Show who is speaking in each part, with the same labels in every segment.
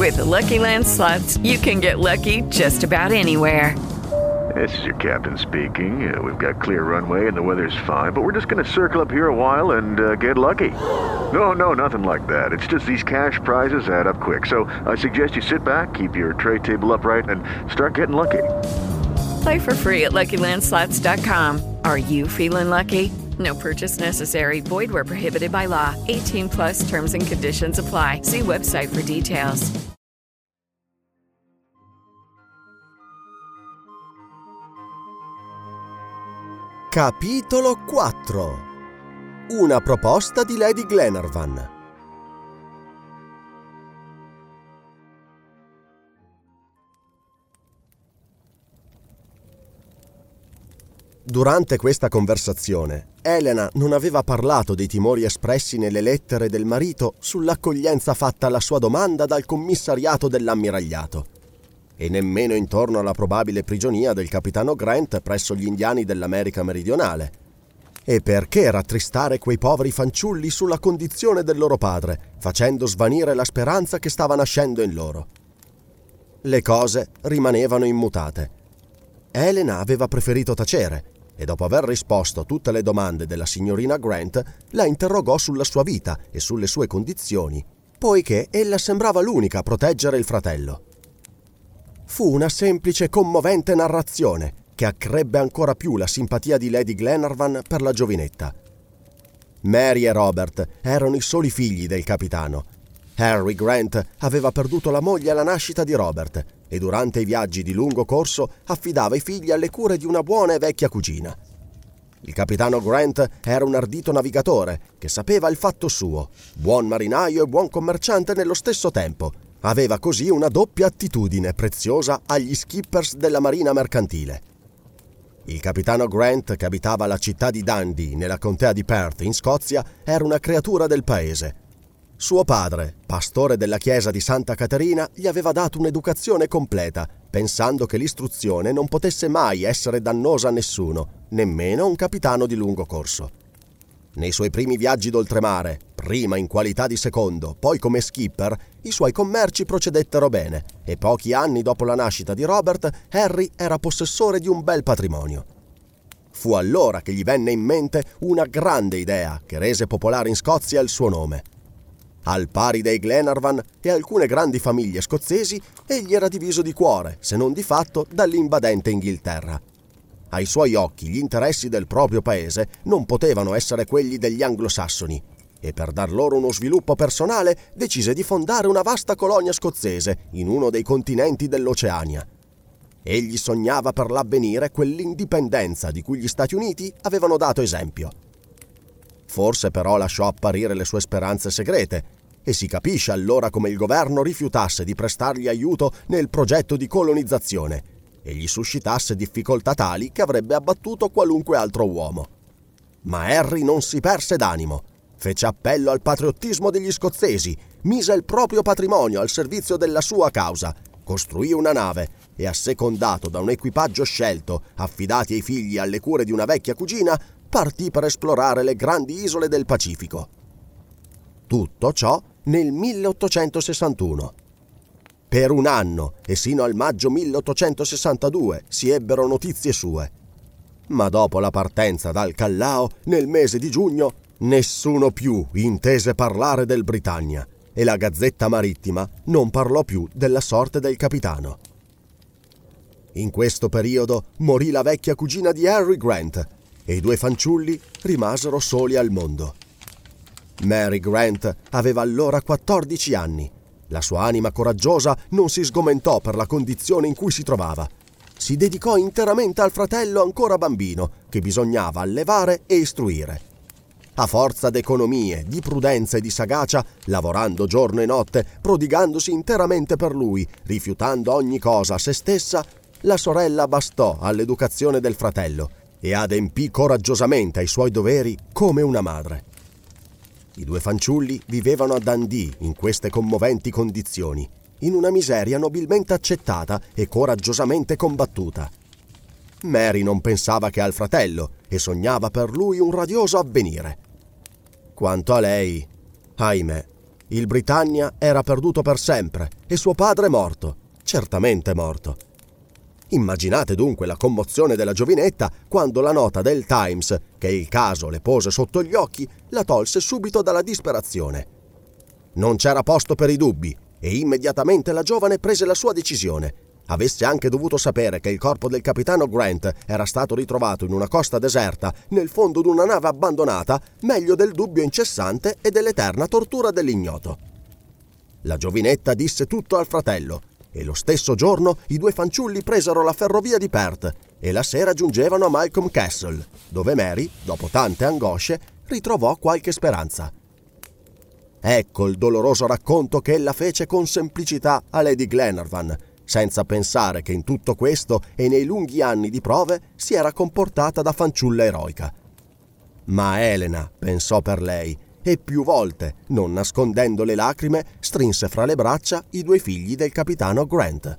Speaker 1: With the Lucky Land Slots, you can get lucky just about anywhere.
Speaker 2: This is your captain speaking. We've got clear runway and the weather's fine, but we're just going to circle up here a while and get lucky. No, nothing like that. It's just these cash prizes add up quick. So I suggest you sit back, keep your tray table upright, and start getting lucky.
Speaker 1: Play for free at LuckyLandSlots.com. Are you feeling lucky? No purchase necessary. Void where prohibited by law. 18 plus terms and conditions apply. See website for details.
Speaker 3: Capitolo 4. Una proposta di Lady Glenarvan. Durante questa conversazione, Elena non aveva parlato dei timori espressi nelle lettere del marito sull'accoglienza fatta alla sua domanda dal commissariato dell'ammiragliato, e nemmeno intorno alla probabile prigionia del capitano Grant presso gli indiani dell'America meridionale. E perché rattristare quei poveri fanciulli sulla condizione del loro padre, facendo svanire la speranza che stava nascendo in loro? Le cose rimanevano immutate. Elena aveva preferito tacere, e dopo aver risposto a tutte le domande della signorina Grant, la interrogò sulla sua vita e sulle sue condizioni, poiché ella sembrava l'unica a proteggere il fratello. Fu una semplice e commovente narrazione che accrebbe ancora più la simpatia di Lady Glenarvan per la giovinetta. Mary e Robert erano i soli figli del capitano. Harry Grant aveva perduto la moglie alla nascita di Robert e durante i viaggi di lungo corso affidava i figli alle cure di una buona e vecchia cugina. Il capitano Grant era un ardito navigatore che sapeva il fatto suo, buon marinaio e buon commerciante nello stesso tempo. Aveva così una doppia attitudine preziosa agli skippers della marina mercantile. Il capitano Grant, che abitava la città di Dundee, nella contea di Perth, in Scozia, era una creatura del paese. Suo padre, pastore della chiesa di Santa Caterina, gli aveva dato un'educazione completa, pensando che l'istruzione non potesse mai essere dannosa a nessuno, nemmeno a un capitano di lungo corso. Nei suoi primi viaggi d'oltremare, prima in qualità di secondo, poi come skipper, i suoi commerci procedettero bene e pochi anni dopo la nascita di Robert, Harry era possessore di un bel patrimonio. Fu allora che gli venne in mente una grande idea che rese popolare in Scozia il suo nome. Al pari dei Glenarvan e alcune grandi famiglie scozzesi, egli era diviso di cuore, se non di fatto, dall'invadente Inghilterra. Ai suoi occhi gli interessi del proprio paese non potevano essere quelli degli anglosassoni e per dar loro uno sviluppo personale decise di fondare una vasta colonia scozzese in uno dei continenti dell'Oceania. Egli sognava per l'avvenire quell'indipendenza di cui gli Stati Uniti avevano dato esempio. Forse però lasciò apparire le sue speranze segrete e si capisce allora come il governo rifiutasse di prestargli aiuto nel progetto di colonizzazione e gli suscitasse difficoltà tali che avrebbe abbattuto qualunque altro uomo. Ma Harry non si perse d'animo. Fece appello al patriottismo degli scozzesi, mise il proprio patrimonio al servizio della sua causa, costruì una nave e, assecondato da un equipaggio scelto, affidati ai figli alle cure di una vecchia cugina, partì per esplorare le grandi isole del Pacifico. Tutto ciò nel 1861. Per un anno e sino al maggio 1862 si ebbero notizie sue. Ma dopo la partenza dal Callao, nel mese di giugno, nessuno più intese parlare del Britannia e la Gazzetta Marittima non parlò più della sorte del capitano. In questo periodo morì la vecchia cugina di Harry Grant e i due fanciulli rimasero soli al mondo. Mary Grant aveva allora 14 anni. La sua anima coraggiosa non si sgomentò per la condizione in cui si trovava. Si dedicò interamente al fratello ancora bambino, che bisognava allevare e istruire. A forza d'economie, di prudenza e di sagacia, lavorando giorno e notte, prodigandosi interamente per lui, rifiutando ogni cosa a se stessa, la sorella bastò all'educazione del fratello e adempì coraggiosamente ai suoi doveri come una madre. I due fanciulli vivevano a Dundee in queste commoventi condizioni, in una miseria nobilmente accettata e coraggiosamente combattuta. Mary non pensava che al fratello e sognava per lui un radioso avvenire. Quanto a lei, ahimè, Il Britannia era perduto per sempre e suo padre morto, certamente morto. Immaginate dunque la commozione della giovinetta quando la nota del Times, che il caso le pose sotto gli occhi, la tolse subito dalla disperazione. Non c'era posto per i dubbi e immediatamente la giovane prese la sua decisione. Avesse anche dovuto sapere che il corpo del capitano Grant era stato ritrovato in una costa deserta nel fondo di una nave abbandonata, meglio del dubbio incessante e dell'eterna tortura dell'ignoto. La giovinetta disse tutto al fratello e lo stesso giorno i due fanciulli presero la ferrovia di Perth e la sera giungevano a Malcolm Castle, dove Mary, dopo tante angosce, ritrovò qualche speranza. Ecco il doloroso racconto che ella fece con semplicità a Lady Glenarvan, senza pensare che in tutto questo e nei lunghi anni di prove si era comportata da fanciulla eroica. Ma Elena pensò per lei e più volte, non nascondendo le lacrime, strinse fra le braccia i due figli del capitano Grant.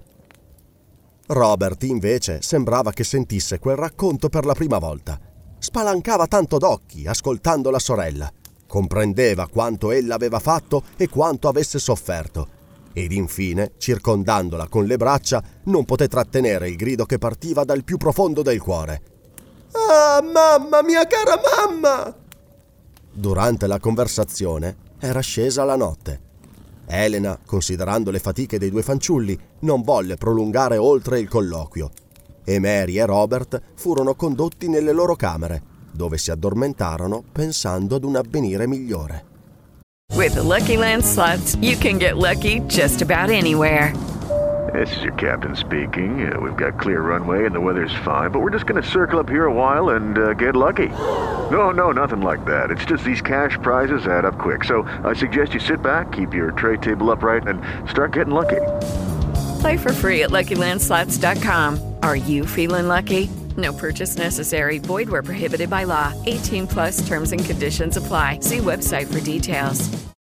Speaker 3: Robert, invece, sembrava che sentisse quel racconto per la prima volta. Spalancava tanto d'occhi ascoltando la sorella. Comprendeva quanto ella aveva fatto e quanto avesse sofferto. Ed infine, circondandola con le braccia, non poté trattenere il grido che partiva dal più profondo del cuore. «Ah, mamma, mia cara mamma!» Durante la conversazione era scesa la notte. Elena, considerando le fatiche dei due fanciulli, non volle prolungare oltre il colloquio e Mary e Robert furono condotti nelle loro camere, dove si addormentarono pensando ad un avvenire migliore.
Speaker 1: With the Lucky Land Slots, you can get lucky just about anywhere.
Speaker 2: This is your captain speaking. We've got clear runway and the weather's fine, but we're just going to circle up here a while and get lucky. No, nothing like that. It's just these cash prizes add up quick. So I suggest you sit back, keep your tray table upright, and start getting lucky.
Speaker 1: Play for free at LuckyLandSlots.com. Are you feeling lucky? No purchase necessary. Void where prohibited by law. 18 plus terms and conditions apply. See website for details.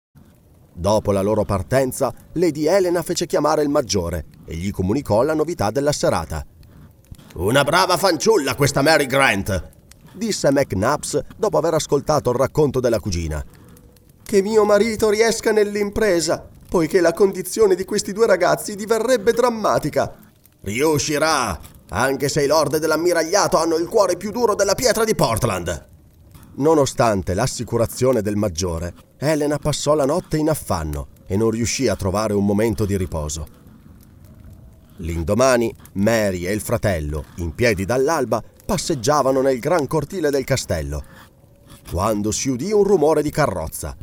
Speaker 3: Dopo la loro partenza, Lady Helena fece chiamare il maggiore e gli comunicò la novità della serata. «Una brava fanciulla questa Mary Grant», disse McNabbs dopo aver ascoltato il racconto della cugina. «Che mio marito riesca nell'impresa, poiché la condizione di questi due ragazzi diverrebbe drammatica». «Riuscirà, anche se i lord dell'ammiragliato hanno il cuore più duro della pietra di Portland». Nonostante l'assicurazione del maggiore, Elena passò la notte in affanno e non riuscì a trovare un momento di riposo. L'indomani, Mary e il fratello, in piedi dall'alba, passeggiavano nel gran cortile del castello, quando si udì un rumore di carrozza.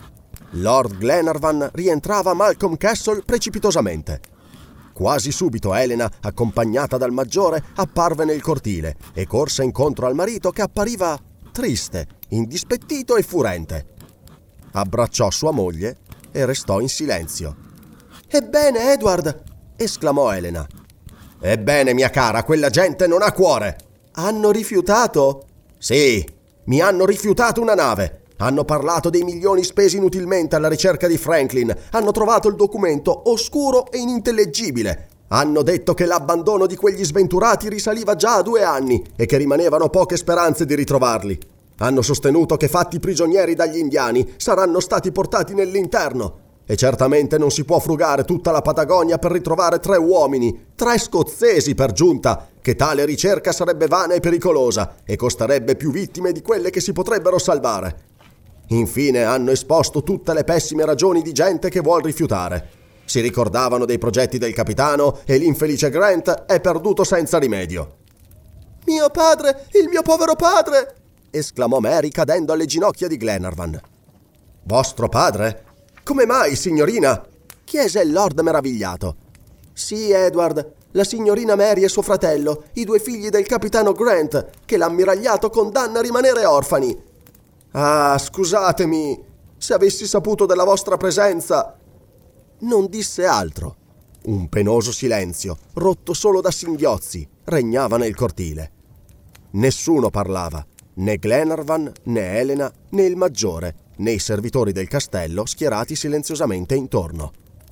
Speaker 3: Lord Glenarvan rientrava a Malcolm Castle precipitosamente. Quasi subito Elena, accompagnata dal maggiore, apparve nel cortile e corse incontro al marito che appariva triste, indispettito e furente. Abbracciò sua moglie e restò in silenzio. «Ebbene, Edward!» esclamò Elena. «Ebbene, mia cara, quella gente non ha cuore!» «Hanno rifiutato?» «Sì, mi hanno rifiutato una nave. Hanno parlato dei milioni spesi inutilmente alla ricerca di Franklin. Hanno trovato il documento oscuro e inintellegibile. Hanno detto che l'abbandono di quegli sventurati risaliva già a 2 anni e che rimanevano poche speranze di ritrovarli. Hanno sostenuto che, fatti prigionieri dagli indiani, saranno stati portati nell'interno. E certamente non si può frugare tutta la Patagonia per ritrovare 3 uomini, 3 scozzesi per giunta, che tale ricerca sarebbe vana e pericolosa e costerebbe più vittime di quelle che si potrebbero salvare. Infine hanno esposto tutte le pessime ragioni di gente che vuol rifiutare. Si ricordavano dei progetti del capitano e l'infelice Grant è perduto senza rimedio». «Mio padre, il mio povero padre!» esclamò Mary cadendo alle ginocchia di Glenarvan. «Vostro padre? Come mai, signorina?» chiese il lord meravigliato. «Sì, Edward, la signorina Mary e suo fratello, i 2 figli del capitano Grant, che l'ammiragliato condanna a rimanere orfani». «Ah, scusatemi, se avessi saputo della vostra presenza...» Non disse altro. Un penoso silenzio, rotto solo da singhiozzi, regnava nel cortile. Nessuno parlava, né Glenarvan, né Elena, né il maggiore, né i servitori del castello schierati silenziosamente intorno.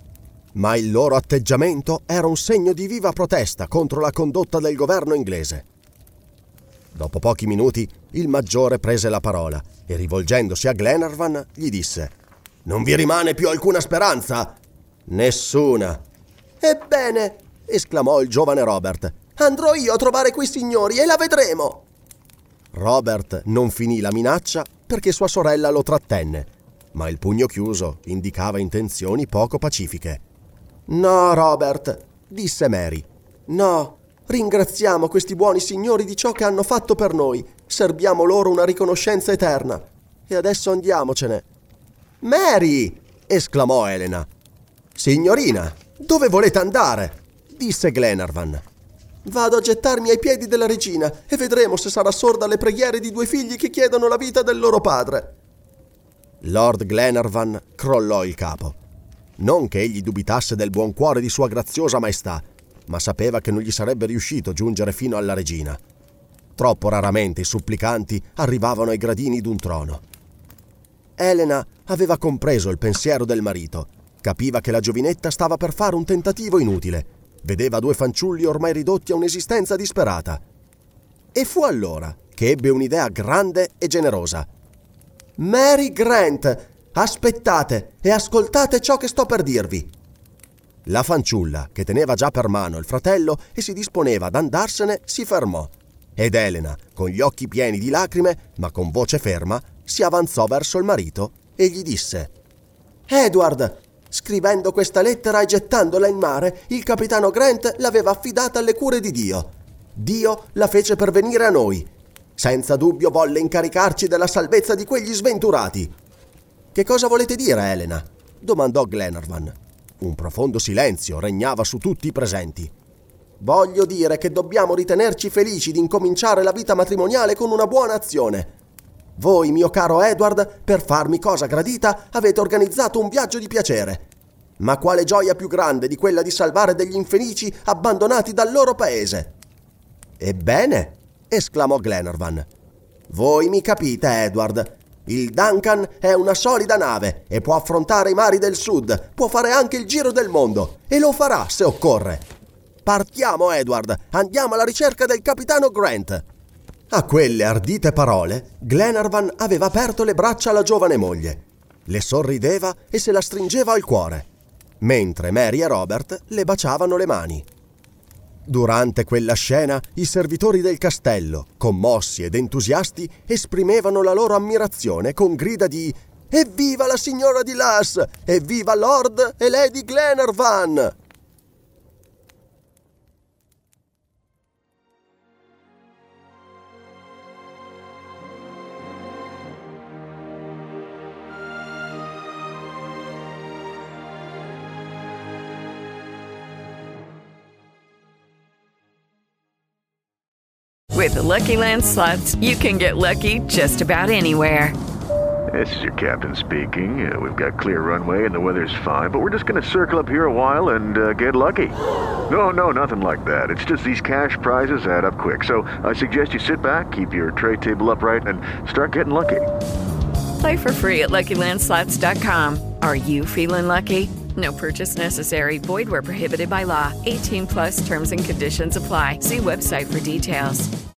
Speaker 3: Ma il loro atteggiamento era un segno di viva protesta contro la condotta del governo inglese. Dopo pochi minuti, il maggiore prese la parola e, rivolgendosi a Glenarvan, gli disse: Non vi rimane più alcuna speranza? Nessuna. Ebbene, esclamò il giovane Robert, andrò io a trovare quei signori e la vedremo. Robert non finì la minaccia perché sua sorella lo trattenne, ma il pugno chiuso indicava intenzioni poco pacifiche. No, Robert, disse Mary. No, ringraziamo questi buoni signori di ciò che hanno fatto per noi. Serbiamo loro una riconoscenza eterna. E adesso andiamocene. Mary! Esclamò Elena. Signorina, dove volete andare? Disse Glenarvan. Vado a gettarmi ai piedi della regina e vedremo se sarà sorda alle preghiere di due figli che chiedono la vita del loro padre. Lord Glenarvan crollò il capo. Non che egli dubitasse del buon cuore di sua graziosa maestà, ma sapeva che non gli sarebbe riuscito giungere fino alla regina. Troppo raramente i supplicanti arrivavano ai gradini d'un trono. Elena aveva compreso il pensiero del marito. Capiva che la giovinetta stava per fare un tentativo inutile. Vedeva due fanciulli ormai ridotti a un'esistenza disperata. E fu allora che ebbe un'idea grande e generosa. Mary Grant, aspettate e ascoltate ciò che sto per dirvi. La fanciulla, che teneva già per mano il fratello e si disponeva ad andarsene, si fermò. Ed Elena, con gli occhi pieni di lacrime, ma con voce ferma, si avanzò verso il marito e gli disse: Edward, scrivendo questa lettera e gettandola in mare, il capitano Grant l'aveva affidata alle cure di Dio. Dio la fece pervenire a noi. Senza dubbio volle incaricarci della salvezza di quegli sventurati. Che cosa volete dire, Elena? Domandò Glenarvan. Un profondo silenzio regnava su tutti i presenti. Voglio dire che dobbiamo ritenerci felici di incominciare la vita matrimoniale con una buona azione. Voi, mio caro Edward, per farmi cosa gradita, avete organizzato un viaggio di piacere. Ma quale gioia più grande di quella di salvare degli infelici abbandonati dal loro paese? Ebbene, esclamò Glenarvan. Voi mi capite, Edward. Il Duncan è una solida nave e può affrontare i mari del sud, può fare anche il giro del mondo e lo farà se occorre. Partiamo, Edward, andiamo alla ricerca del capitano Grant. A quelle ardite parole, Glenarvan aveva aperto le braccia alla giovane moglie. Le sorrideva e se la stringeva al cuore, mentre Mary e Robert le baciavano le mani. Durante quella scena, i servitori del castello, commossi ed entusiasti, esprimevano la loro ammirazione con grida di «Evviva la signora di Lass! Evviva Lord e Lady Glenarvan!»
Speaker 1: With the Lucky Land Slots, you can get lucky just about anywhere.
Speaker 2: This is your captain speaking. We've got clear runway and the weather's fine, but we're just going to circle up here a while and get lucky. No, nothing like that. It's just these cash prizes add up quick. So I suggest you sit back, keep your tray table upright, and start getting lucky.
Speaker 1: Play for free at LuckyLandSlots.com. Are you feeling lucky? No purchase necessary. Void where prohibited by law. 18+ terms and conditions apply. See website for details.